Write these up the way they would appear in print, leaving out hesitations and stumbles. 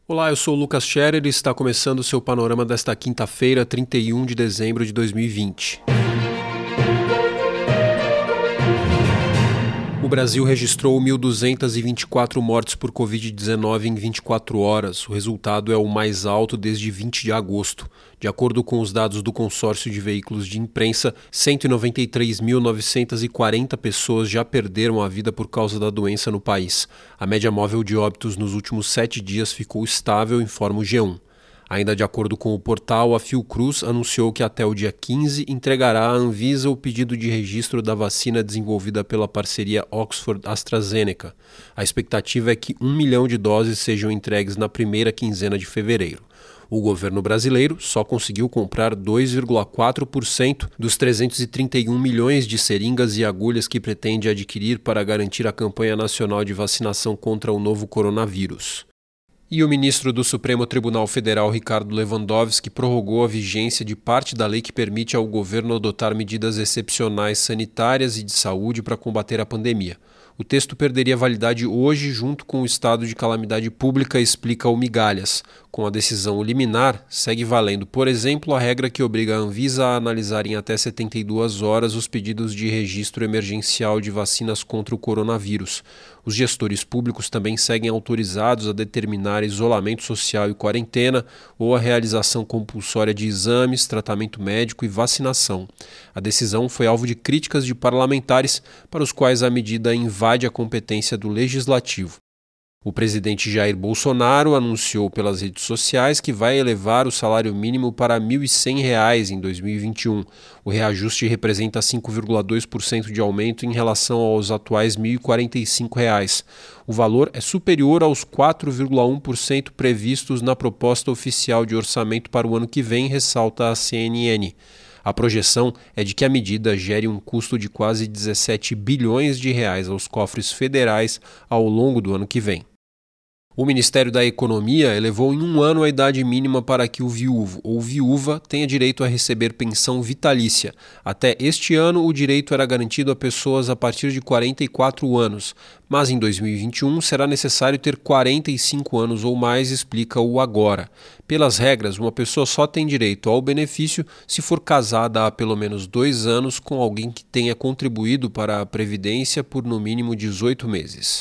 Olá, eu sou o Lucas Scherer e está começando o seu panorama desta quinta-feira, 31 de dezembro de 2020. O Brasil registrou 1.224 mortes por Covid-19 em 24 horas. O resultado é o mais alto desde 20 de agosto. De acordo com os dados do consórcio de veículos de imprensa, 193.940 pessoas já perderam a vida por causa da doença no país. A média móvel de óbitos nos últimos 7 dias ficou estável, informa o G1. Ainda de acordo com o portal, a Fiocruz anunciou que até o dia 15 entregará à Anvisa o pedido de registro da vacina desenvolvida pela parceria Oxford-AstraZeneca. A expectativa é que 1 milhão de doses sejam entregues na primeira quinzena de fevereiro. O governo brasileiro só conseguiu comprar 2,4% dos 331 milhões de seringas e agulhas que pretende adquirir para garantir a campanha nacional de vacinação contra o novo coronavírus. E o ministro do Supremo Tribunal Federal, Ricardo Lewandowski, prorrogou a vigência de parte da lei que permite ao governo adotar medidas excepcionais sanitárias e de saúde para combater a pandemia. O texto perderia validade hoje junto com o estado de calamidade pública, explica o Migalhas. Com a decisão liminar, segue valendo, por exemplo, a regra que obriga a Anvisa a analisar em até 72 horas os pedidos de registro emergencial de vacinas contra o coronavírus. Os gestores públicos também seguem autorizados a determinar isolamento social e quarentena ou a realização compulsória de exames, tratamento médico e vacinação. A decisão foi alvo de críticas de parlamentares, para os quais a medida invade a competência do Legislativo. O presidente Jair Bolsonaro anunciou pelas redes sociais que vai elevar o salário mínimo para R$ 1.100 em 2021. O reajuste representa 5,2% de aumento em relação aos atuais R$ 1.045. O valor é superior aos 4,1% previstos na proposta oficial de orçamento para o ano que vem, ressalta a CNN. A projeção é de que a medida gere um custo de quase 17 bilhões de reais aos cofres federais ao longo do ano que vem. O Ministério da Economia elevou em 1 ano a idade mínima para que o viúvo ou viúva tenha direito a receber pensão vitalícia. Até este ano, o direito era garantido a pessoas a partir de 44 anos, mas em 2021 será necessário ter 45 anos ou mais, explica o Agora. Pelas regras, uma pessoa só tem direito ao benefício se for casada há pelo menos 2 anos com alguém que tenha contribuído para a Previdência por no mínimo 18 meses.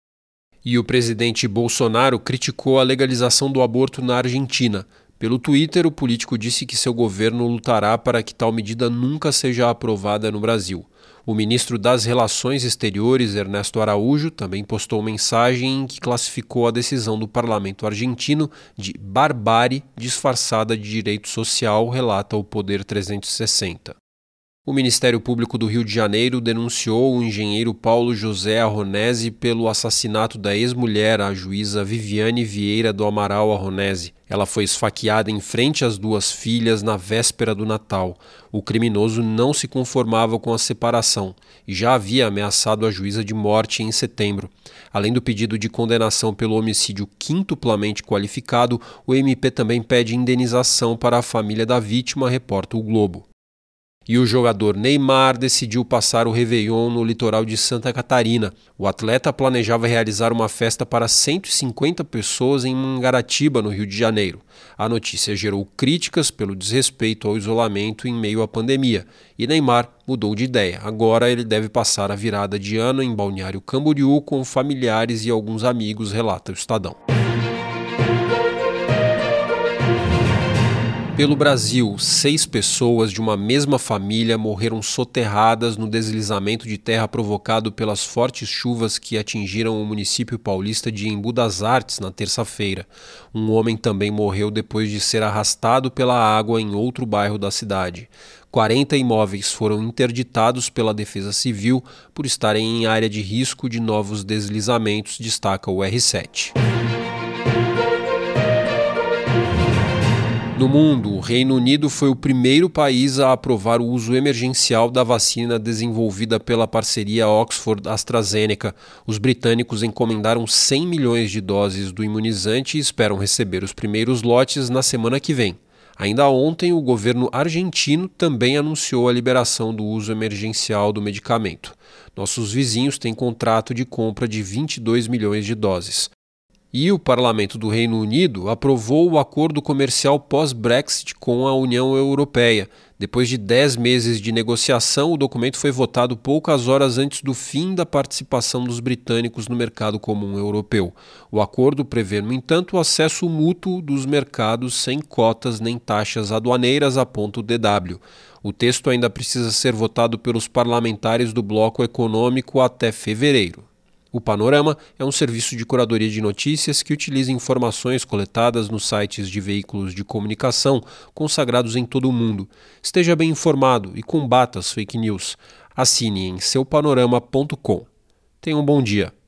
E o presidente Bolsonaro criticou a legalização do aborto na Argentina. Pelo Twitter, o político disse que seu governo lutará para que tal medida nunca seja aprovada no Brasil. O ministro das Relações Exteriores, Ernesto Araújo, também postou mensagem em que classificou a decisão do parlamento argentino de barbárie disfarçada de direito social, relata o Poder 360. O Ministério Público do Rio de Janeiro denunciou o engenheiro Paulo José Arronese pelo assassinato da ex-mulher, a juíza Viviane Vieira do Amaral Arronese. Ela foi esfaqueada em frente às 2 filhas na véspera do Natal. O criminoso não se conformava com a separação e já havia ameaçado a juíza de morte em setembro. Além do pedido de condenação pelo homicídio quintuplamente qualificado, o MP também pede indenização para a família da vítima, reporta o Globo. E o jogador Neymar decidiu passar o Réveillon no litoral de Santa Catarina. O atleta planejava realizar uma festa para 150 pessoas em Mangaratiba, no Rio de Janeiro. A notícia gerou críticas pelo desrespeito ao isolamento em meio à pandemia. E Neymar mudou de ideia. Agora ele deve passar a virada de ano em Balneário Camboriú com familiares e alguns amigos, relata o Estadão. Pelo Brasil, 6 pessoas de uma mesma família morreram soterradas no deslizamento de terra provocado pelas fortes chuvas que atingiram o município paulista de Embu das Artes na terça-feira. Um homem também morreu depois de ser arrastado pela água em outro bairro da cidade. 40 imóveis foram interditados pela Defesa Civil por estarem em área de risco de novos deslizamentos, destaca o R7. No mundo, o Reino Unido foi o primeiro país a aprovar o uso emergencial da vacina desenvolvida pela parceria Oxford-AstraZeneca. Os britânicos encomendaram 100 milhões de doses do imunizante e esperam receber os primeiros lotes na semana que vem. Ainda ontem, o governo argentino também anunciou a liberação do uso emergencial do medicamento. Nossos vizinhos têm contrato de compra de 22 milhões de doses. E o Parlamento do Reino Unido aprovou o acordo comercial pós-Brexit com a União Europeia. Depois de 10 meses de negociação, o documento foi votado poucas horas antes do fim da participação dos britânicos no mercado comum europeu. O acordo prevê, no entanto, o acesso mútuo dos mercados sem cotas nem taxas aduaneiras, aponta o DW. O texto ainda precisa ser votado pelos parlamentares do bloco econômico até fevereiro. O Panorama é um serviço de curadoria de notícias que utiliza informações coletadas nos sites de veículos de comunicação consagrados em todo o mundo. Esteja bem informado e combata as fake news. Assine em seupanorama.com. Tenha um bom dia.